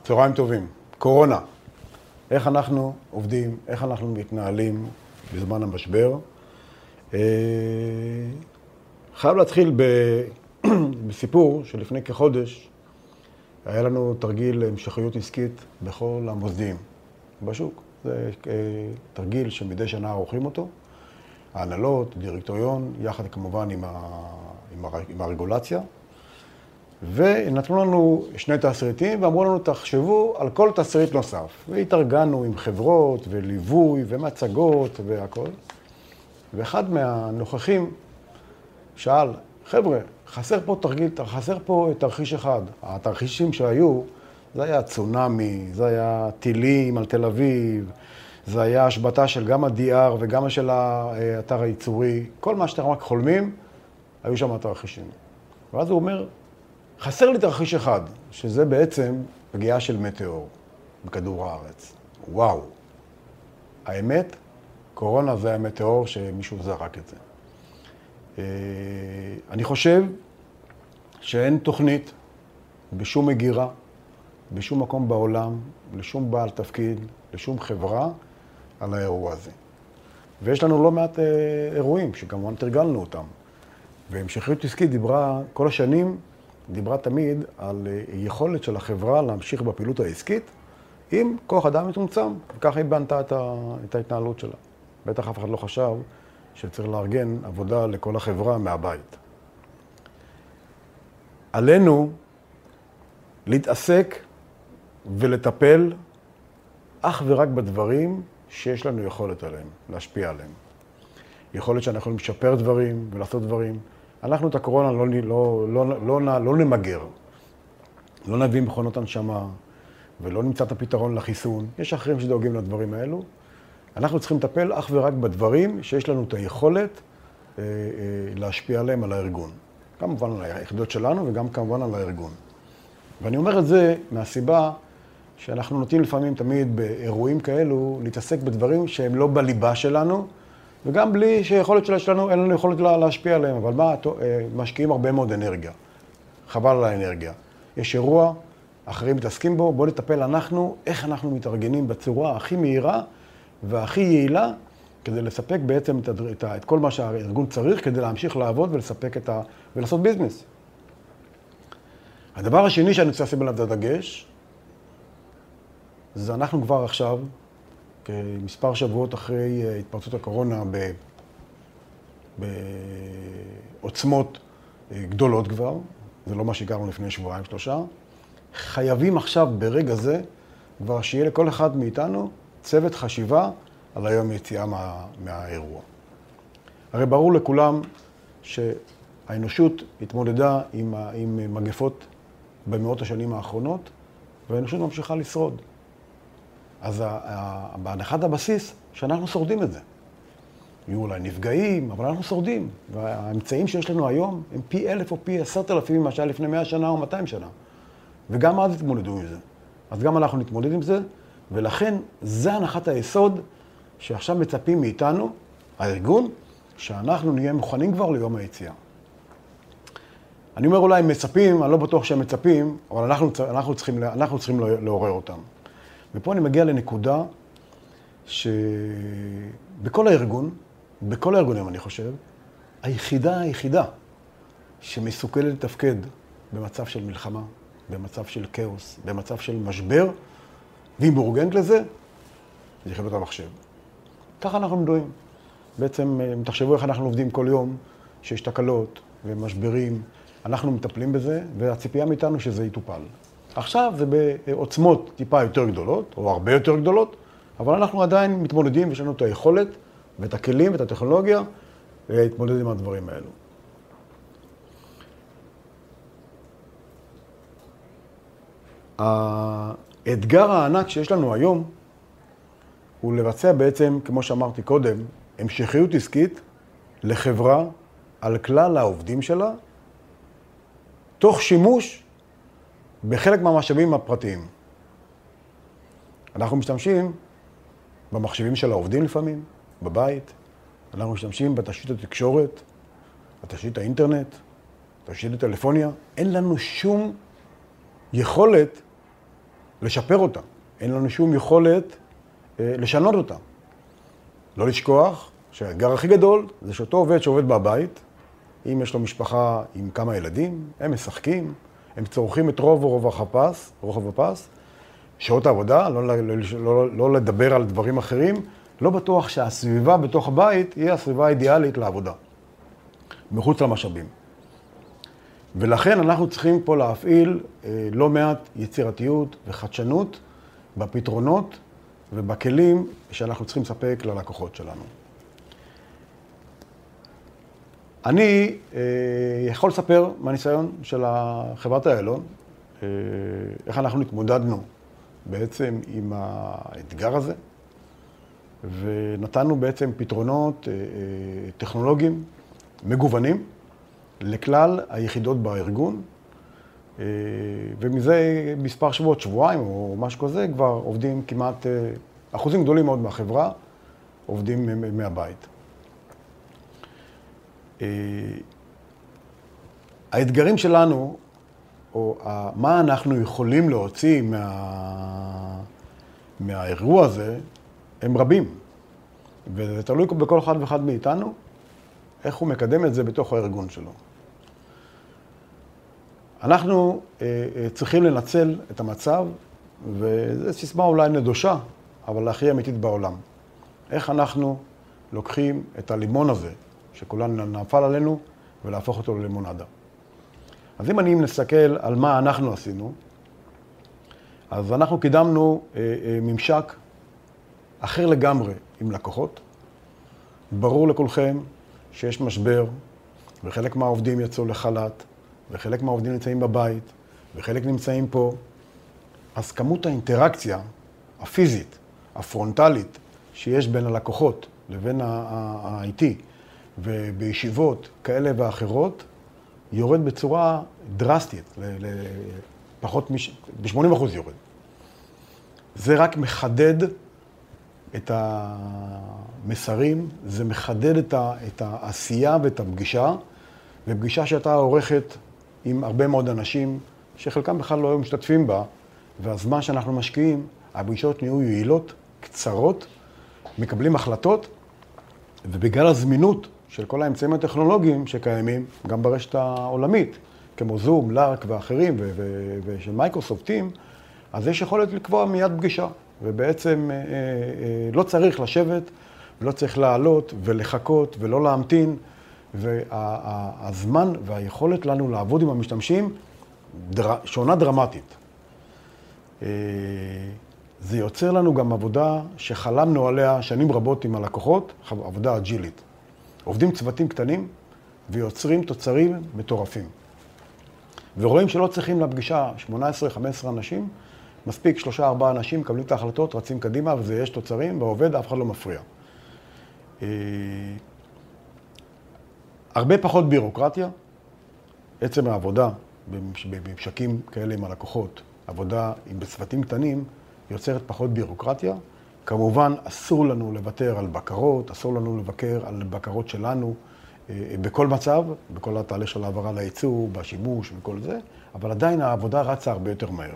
צהריים טובים. קורונה. איך אנחנו עובדים, איך אנחנו מתנהלים בזמן המשבר. חייב להתחיל בסיפור שלפני כחודש היה לנו תרגיל המשכיות עסקית בכל המוסדיים בשוק. זה תרגיל שמדי שנה עורכים אותו. ההנהלות, דירקטוריון, יחד כמובן עם הרגולציה. ונתנו לנו שני תסריטים ואמרו לנו תחשבו על כל תסריט נוסף. והתארגנו עם חברות וליווי ומצגות והכל. ואחד מהנוכחים שאל, חבר'ה, חסר פה תרחיש אחד. התרחישים שהיו, זה היה צונאמי, זה היה טילים על תל אביב, זה היה השבתה של גם ה-DR וגם של האתר הייצורי. כל מה שאתם רק חולמים, היו שם התרחישים. ואז הוא אומר, חסר לי תרחיש אחד, שזה בעצם פגיעה של מטאור בכדור הארץ. וואו. האמת, קורונה זה המטאור שמישהו זרק את זה. אני חושב שאין תוכנית בשום מגירה, בשום מקום בעולם, לשום בעל תפקיד, לשום חברה, על האירוע הזה. ויש לנו לא מעט אירועים שכמובן תרגלנו אותם. והמשכיות עסקית דיברה כל השנים, דיברה תמיד על יכולת של החברה להמשיך בפעילות העסקית עם כוח אדם מצומצם, וככה היא בנתה את ההתנהלות שלה. בטח אף אחד לא חשב שצריך לארגן עבודה לכל החברה מהבית. עלינו להתעסק ולטפל אך ורק בדברים שיש לנו יכולת עליהם, להשפיע עליהם. יכולת שאנחנו יכולים לשפר דברים ולעשות דברים. אנחנו את הקורונה לא נמגר. לא נביא מכונות הנשמה ולא נמצא את הפתרון לחיסון. יש אחרים שדואגים לדברים האלו. אנחנו צריכים לטפל אך ורק בדברים שיש לנו את היכולת להשפיע עליהם על הארגון. כמובן על היחידות שלנו וגם כמובן על הארגון. ואני אומר את זה מהסיבה שאנחנו נוטים לפעמים תמיד באירועים כאלו להתעסק בדברים שהם לא בליבה שלנו, וגם בלי שיכולת שלנו, אין לנו יכולת להשפיע עליהם. אבל מה, משקיעים הרבה מאוד אנרגיה. חבל על האנרגיה. יש אירוע, אחרים מתעסקים בו, בואו נטפל איך אנחנו מתארגנים בצורה הכי מהירה והכי יעילה, כדי לספק בעצם את כל מה שהארגון צריך, כדי להמשיך לעבוד ולספק ולעשות ביזנס. הדבר השני שאני רוצה לשים עליו את הדגש, זה אנחנו כבר עכשיו, כמספר שבועות אחרי התפרצות הקורונה בעוצמות גדולות כבר, זה לא מה שהכרנו לפני שבועיים, 3, חייבים עכשיו ברגע זה כבר שיהיה לכל אחד מאיתנו צוות חשיבה על היום יציאה מהאירוע. הרי ברור לכולם שהאנושות התמודדה עם מגפות במאות השנים האחרונות, והאנושות ממשיכה לשרוד. אז בהנחת הבסיס שאנחנו שורדים את זה. יהיו אולי נפגעים, אבל אנחנו שורדים. והאמצעים שיש לנו היום הם פי 1,000 או פי 10,000 ממה שהיה לפני 100 שנה או 200 שנה. וגם אז התמודדו עם זה. אז גם אנחנו נתמודד עם זה, ולכן זה הנחת היסוד שעכשיו מצפים מאיתנו, הארגון, שאנחנו נהיה מוכנים כבר ליום היציאה. אני אומר אולי מצפים, אני לא בטוח שהם מצפים, אבל אנחנו צריכים לעורר אותם. ופה אני מגיע לנקודה שבכל הארגונים אני חושב, היחידה שמסוגלת לתפקד במצב של מלחמה, במצב של כאוס, במצב של משבר, והיא מאורגנת לזה, זה יחידות המחשב. ככה אנחנו מדועים. בעצם, אם תחשבו איך אנחנו עובדים כל יום, שיש תקלות ומשברים, אנחנו מטפלים בזה, והציפייה מאיתנו שזה יטופל. עכשיו זה בעוצמות טיפה יותר גדולות, או הרבה יותר גדולות, אבל אנחנו עדיין מתמודדים, ויש לנו את היכולת, ואת הכלים, ואת הטכנולוגיה, להתמודד עם הדברים האלו. האתגר הענק שיש לנו היום, הוא לבצע בעצם, כמו שאמרתי קודם, המשכיות עסקית לחברה על כלל העובדים שלה, תוך שימוש בחלק מהמשאבים הפרטיים. אנחנו משתמשים במחשבים של העובדים לפעמים, בבית. אנחנו משתמשים בתשתית התקשורת, בתשתית האינטרנט, בתשתית הטלפוניה. אין לנו שום יכולת לשפר אותה. אין לנו שום יכולת לשנות אותה. לא לשכוח שהאתגר הכי גדול זה שאותו עובד שעובד בבית, אם יש לו משפחה עם כמה ילדים, הם משחקים, הם צורכים את רוחב הפס, שעות העבודה, לא לדבר על דברים אחרים, לא בטוח שהסביבה בתוך הבית היא הסביבה האידיאלית לעבודה, מחוץ למשאבים. ולכן אנחנו צריכים פה להפעיל לא מעט יצירתיות וחדשנות בפתרונות ובכלים שאנחנו צריכים לספק ללקוחות שלנו. אני יכול לספר מהניסיון של חברת איילון, איך אנחנו התמודדנו בעצם עם האתגר הזה, ונתנו בעצם פתרונות טכנולוגיים מגוונים לכלל היחידות בארגון, ומזה מספר שבועות, שבועיים או משהו כזה, כבר עובדים כמעט, אחוזים גדולים מאוד מהחברה, עובדים מהבית. האתגרים שלנו, או מה אנחנו יכולים להוציא מהאירוע הזה, הם רבים. וזה תלוי בכל אחד ואחד מאיתנו, איך הוא מקדם את זה בתוך הארגון שלו. אנחנו צריכים לנצל את המצב, וזו סיסמה אולי נדושה, אבל הכי אמיתית בעולם. איך אנחנו לוקחים את הלימון הזה, שכולנו נפל עלינו, ולהפוך אותו ללימונדה. אז אם אני נסתכל על מה אנחנו עשינו, אז אנחנו קידמנו ממשק אחר לגמרי עם לקוחות. ברור לכולכם שיש משבר, וחלק מהעובדים יצאו לחל"ת, וחלק מהעובדים נמצאים בבית, וחלק נמצאים פה. אז כמות האינטראקציה הפיזית, הפרונטלית, שיש בין הלקוחות לבין ה-IT, ובישיבות כאלה ואחרות, יורד בצורה דרסטית, פחות ב-80% יורד. זה רק מחדד את המסרים, זה מחדד את העשייה ואת הפגישה, ופגישה שהייתה עורכת עם הרבה מאוד אנשים, שחלקם בכלל לא היו משתתפים בה, והזמן שאנחנו משקיעים, הפגישות נהיו יעילות, קצרות, מקבלים החלטות, ובגלל הזמינות של כל האמצעים הטכנולוגיים שקיימים, גם ברשת העולמית, כמו זום, לארק ואחרים, ושל מייקרוסופטים, אז יש יכולת לקבוע מיד פגישה, ובעצם לא צריך לשבת, ולא צריך לעלות ולחכות ולא להמתין, והזמן והיכולת לנו לעבוד עם המשתמשים שונה דרמטית. זה יוצר לנו גם עבודה שחלמנו עליה שנים רבות עם הלקוחות, עבודה אג'ילית. עובדים צוותים קטנים ויוצרים תוצרים מטורפים. ורואים שלא צריכים לפגישה 18-15 אנשים, מספיק 3-4 אנשים, מקבלים את ההחלטות, רצים קדימה, וזה יש תוצרים, והעובד אף אחד לא מפריע. הרבה פחות בירוקרטיה, עצם העבודה בממשקים כאלה עם הלקוחות, עבודה בצוותים קטנים, יוצרת פחות בירוקרטיה. כמובן, אסור לנו לוותר על בקרות, אסור לנו לבקר על בקרות שלנו בכל מצב, בכל התהליך של העברה לייצור, בשימוש וכל זה, אבל עדיין העבודה רצה הרבה יותר מהר.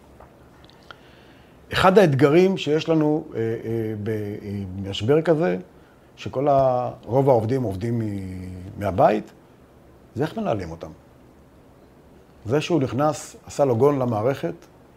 אחד האתגרים שיש לנו במשבר כזה, רוב העובדים עובדים מהבית, זה איך מנהלים אותם. זה שהוא נכנס, עשה לוגון למערכת,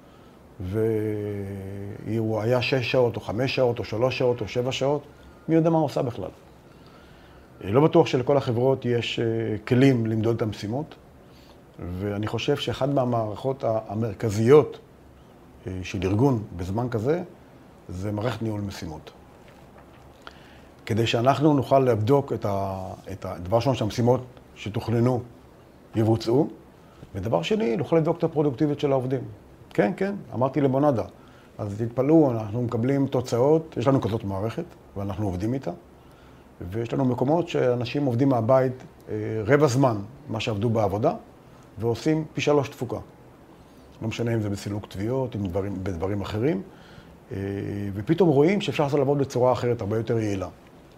והוא היה 6 שעות, או 5 שעות, או 3 שעות, או 7 שעות, מי יודע מה הוא עושה בכלל. לא בטוח שלכל החברות יש כלים למדוד את המשימות, ואני חושב שאחד מהמערכות המרכזיות של ארגון בזמן כזה, זה מערכת ניהול משימות. כדי שאנחנו נוכל לבדוק את הדבר שלנו שהמשימות שתוכננו יבוצעו, ודבר שני, נוכל לבדוק את הפרודוקטיביות של העובדים. כן, כן, אמרתי לימונדה. אז תתפלאו, אנחנו מקבלים תוצאות, יש לנו כזאת מערכת, ואנחנו עובדים איתה, ויש לנו מקומות שאנשים עובדים מהבית רבע זמן, מה שעבדו בעבודה, ועושים פי 3 תפוקה. לא משנה אם זה בסילוק תביעות, אם בדברים אחרים, ופתאום רואים שאפשר לעבוד בצורה אחרת, הרבה יותר יעילה.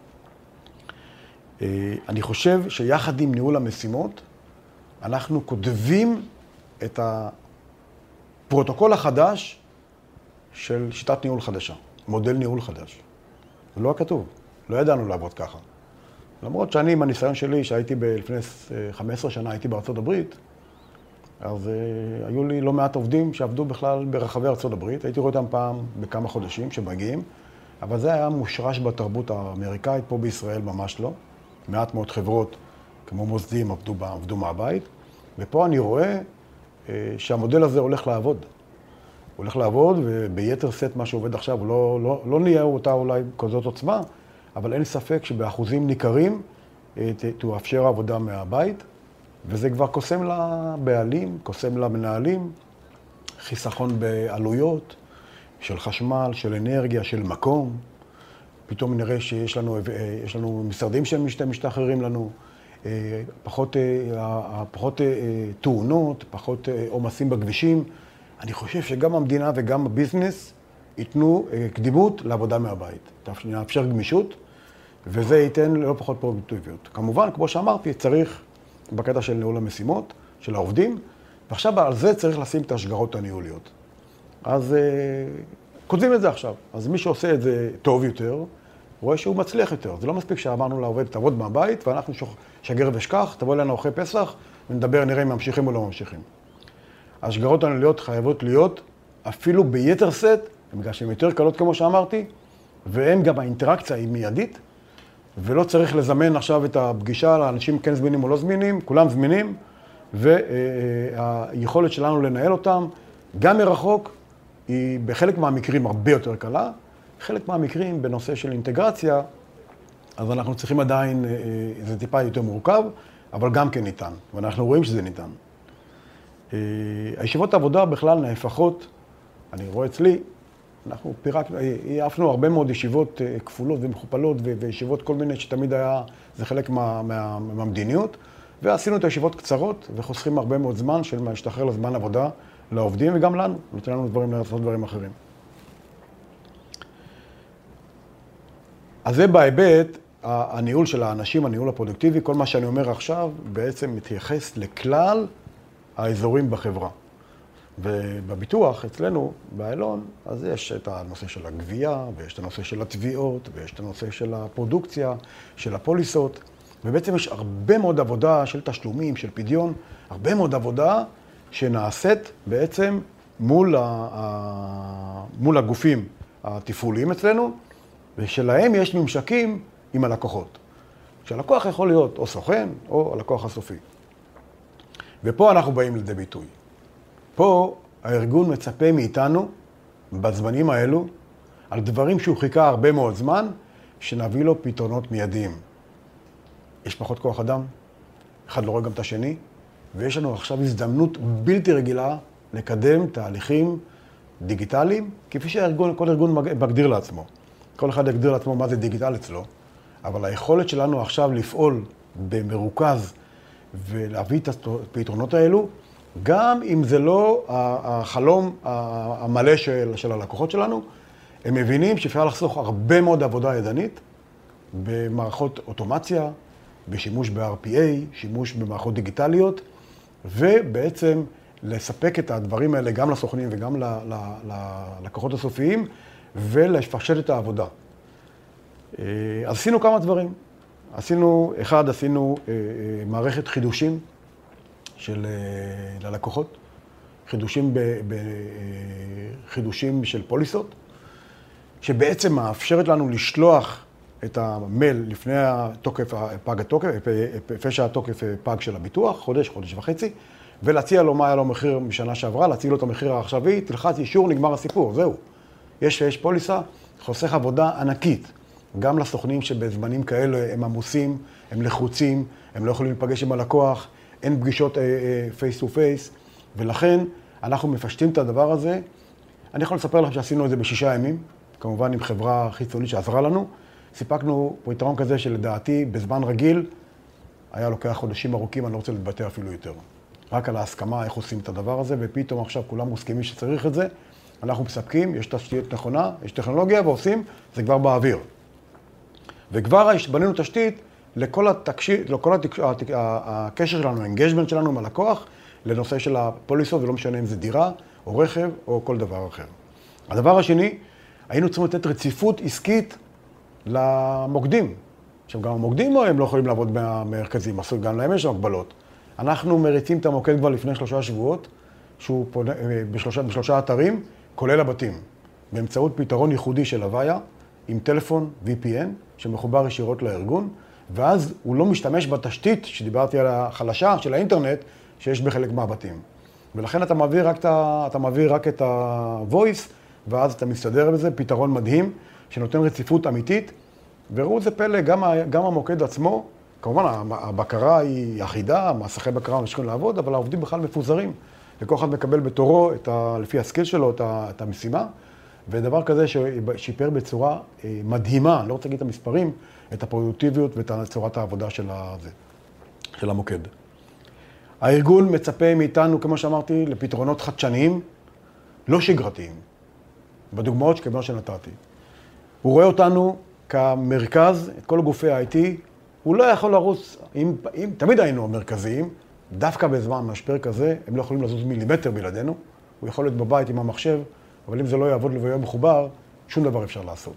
אני חושב שיחד עם ניהול המשימות, אנחנו כותבים את הפרוטוקול החדש של שיטת ניהול חדשה, מודל ניהול חדש. זה לא כתוב, לא ידענו לעבוד ככה. למרות שאני, עם הניסיון שלי, שהייתי לפני 15 שנה, הייתי בארצות הברית, אז היו לי לא מעט עובדים שעבדו בכלל ברחבי ארצות הברית. הייתי רואה אותם פעם בכמה חודשים שמגיעים, אבל זה היה מושרש בתרבות האמריקאית, פה בישראל ממש לא. מעט מאוד חברות, כמו מוסדים, עבדו מהבית. ופה אני רואה שהמודל הזה הולך לעבוד. הוא הולך לעבוד, וביתר סט מה שעובד עכשיו, לא נהיה אותה אולי כזאת עוצמה, אבל אין ספק שבאחוזים ניכרים תאפשר עבודה מהבית, וזה כבר קוסם לבעלים, קוסם למנהלים, חיסכון בעלויות של חשמל, של אנרגיה, של מקום. פתאום נראה שיש לנו משרדים שמשתחררים לנו, פחות תאונות, פחות עומסים בכבישים. אני חושב שגם המדינה וגם הביזנס ייתנו קדימות לעבודה מהבית. נאפשר גמישות, וזה ייתן לא פחות פרודוקטיביות. כמובן, כמו שאמרתי, צריך בקטע של ניהול המשימות, של העובדים, ועכשיו על זה צריך לשים את השגרות הניהוליות. אז כותבים את זה עכשיו. אז מי שעושה את זה טוב יותר, רואה שהוא מצליח יותר. זה לא מספיק שאמרנו לעובד, תעבוד מהבית, ואנחנו שגר ושכח, תבוא אלינו אחרי פסח, ונדבר, נראה אם ממשיכים או לא ממשיכים. השגרות הניהוליות חייבות להיות אפילו ביתר סט, בגלל שהן יותר קלות כמו שאמרתי, והן גם האינטראקציה היא מיידית, ולא צריך לזמן עכשיו את הפגישה לאנשים כן זמינים או לא זמינים, כולם זמינים, והיכולת שלנו לנהל אותם, גם מרחוק, היא בחלק מהמקרים הרבה יותר קלה, חלק מהמקרים בנושא של אינטגרציה, אז אנחנו צריכים עדיין, זה טיפה יותר מורכב, אבל גם כן ניתן, ואנחנו רואים שזה ניתן. הישיבות העבודה בכלל נהפכות, אני רואה אצלי, אנחנו העפנו הרבה מאוד ישיבות כפולות ומכופלות וישיבות כל מיני שתמיד היה, זה חלק מהמדיניות, ועשינו את הישיבות קצרות וחוסכים הרבה מאוד זמן של להשתחרר לזמן עבודה לעובדים וגם לנו, נותן לנו דברים לעשות דברים אחרים. אז זה בהיבט הניהול של האנשים, הניהול הפרודוקטיבי, כל מה שאני אומר עכשיו בעצם מתייחס לכלל האזורים בחברה. ובביטוח אצלנו, באלון, אז יש את הנושא של הגבייה, ויש את הנושא של התביעות, ויש את הנושא של הפרודוקציה, של הפוליסות, ובעצם יש הרבה מאוד עבודה של תשלומים, של פדיון, הרבה מאוד עבודה שנעשית בעצם מול הגופים התפעוליים אצלנו, ושלהם יש ממשקים עם הלקוחות. שהלקוח יכול להיות או סוכן או הלקוח הסופי. ופה אנחנו באים לידי ביטוי. פה הארגון מצפה מאיתנו, בזמנים האלו, על דברים שהוא חיכה הרבה מאוד זמן, שנביא לו פתרונות מיידיים. יש פחות כוח אדם, אחד לא רואה גם את השני, ויש לנו עכשיו הזדמנות בלתי רגילה לקדם תהליכים דיגיטליים, כפי כל ארגון מגדיר לעצמו. כל אחד יגדיר לעצמו מה זה דיגיטל אצלו, אבל היכולת שלנו עכשיו לפעול במרוכז ולהביא את הפתרונות האלו, גם אם זה לא החלום המלא של הלקוחות שלנו, הם מבינים שאפשר לחסוך הרבה מאוד עבודה ידנית במערכות אוטומציה, בשימוש ב-RPA, שימוש במערכות דיגיטליות, ובעצם לספק את הדברים האלה גם לסוכנים וגם ללקוחות הסופיים, ולפשט את העבודה. אז עשינו כמה דברים. עשינו מערכת חידושים ללקוחות, חידושים של פוליסות, שבעצם מאפשרת לנו לשלוח את המייל לפני לפני שהתוקף פג של הביטוח, חודש וחצי, ולהציע לו מה היה לו מחיר משנה שעברה, להציע לו את המחיר העכשווי, תלחץ אישור, נגמר הסיפור, זהו. יש פוליסה, חוסך עבודה ענקית. גם לסוכנים שבזמנים כאלה הם עמוסים, הם לחוצים, הם לא יכולים להיפגש עם הלקוח, אין פגישות פייס טו פייס, ולכן אנחנו מפשטים את הדבר הזה. אני יכול לספר לכם שעשינו את זה ב6 ימים, כמובן עם חברה חיצונית שעזרה לנו. סיפקנו פתרון כזה שלדעתי בזמן רגיל היה לוקח חודשים ארוכים, אני לא רוצה להתבטא אפילו יותר. רק על ההסכמה איך עושים את הדבר הזה, ופתאום עכשיו כולם מסכימים שצריך את זה. אנחנו מספקים, יש תשתית נכונה, יש טכנולוגיה ועושים, זה כבר באוויר. וכבר בנינו תשתית לכל הקשר שלנו, האנגייג'מנט שלנו עם הלקוח, לנושא של הפוליסות, ולא משנה אם זה דירה או רכב או כל דבר אחר. הדבר השני, היינו צריכים לתת רציפות עסקית למוקדים. עכשיו, גם המוקדים הם לא יכולים לעבוד מהמרכזים, גם להם יש הגבלות. אנחנו מריצים את המוקד כבר לפני 3 שבועות, שהוא פונה בשלושה אתרים, כולל הבתים, באמצעות פתרון ייחודי של הוויה, עם טלפון VPN, שמחובר ישירות לארגון, ואז הוא לא משתמש בתשתית שדיברתי על החלשה של האינטרנט, שיש בחלק מהבתים. ולכן אתה מעביר רק את ה-voice, ואז אתה מסתדר בזה, פתרון מדהים, שנותן רציפות אמיתית, וראו זה פלא, גם המוקד עצמו, כמובן הבקרה היא אחידה, מסכי בקרה ממשיכים לעבוד, אבל העובדים בכלל מפוזרים. וכל אחד מקבל בתורו, לפי הסקיל שלו, את המשימה, ודבר כזה ששיפר בצורה מדהימה, אני לא רוצה להגיד את המספרים, את הפרודוקטיביות ואת צורת העבודה של המוקד. הארגון מצפה מאיתנו, כמו שאמרתי, לפתרונות חדשניים, לא שגרתיים, בדוגמאות כמו שנתתי. הוא רואה אותנו כמרכז, את כל גופי ה-IT, הוא לא יכול לרוץ, אם תמיד היינו מרכזיים, דווקא בזמן משבר כזה, הם לא יכולים לזוז מילימטר בלעדינו, הוא יכול להיות בבית עם המחשב, אבל אם זה לא יעבוד ויהיה מחובר, שום דבר אפשר לעשות.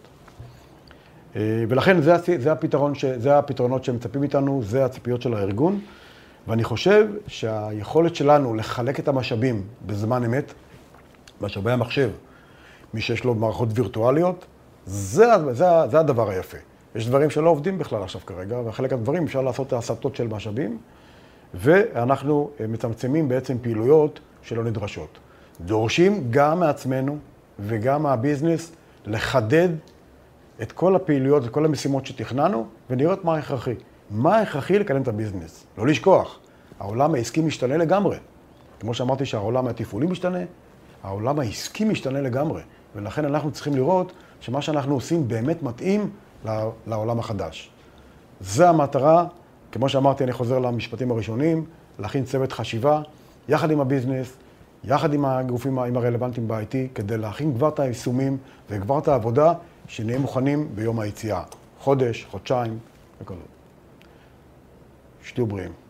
ולכן זה הפתרונות שהם מצפים איתנו, זה הציפיות של הארגון, ואני חושב שהיכולת שלנו לחלק את המשאבים בזמן אמת, משאבי המחשב, מי שיש לו מערכות וירטואליות, זה הדבר היפה. יש דברים שלא עובדים בכלל עכשיו כרגע, וחלק מהדברים אפשר לעשות את ההסטות של משאבים, ואנחנו מצמצמים בעצם פעילויות שלא נדרשות. דורשים גם מעצמנו וגם מהביזנס לחדד את כל הפעילויות וכל המשימות שתכננו, ונראות מה הכרחי. מה הכרחי לקדם את הביזנס? לא לשכוח, העולם העסקי משתנה לגמרי. כמו שאמרתי שהעולם התפעולי משתנה, העולם העסקי משתנה לגמרי. ולכן אנחנו צריכים לראות שמה שאנחנו עושים באמת מתאים לעולם החדש. זה המטרה, כמו שאמרתי, אני חוזר למשפטים הראשונים, להכין צוות חשיבה, יחד עם הביזנס, יחד עם הגופים הרלוונטיים ב-IT, כדי להכין כבר את היישומים וכבר את העבודה, שנהיה מוכנים ביום היציאה. חודש, חודשיים, וכל זאת. שתהיו בריאים.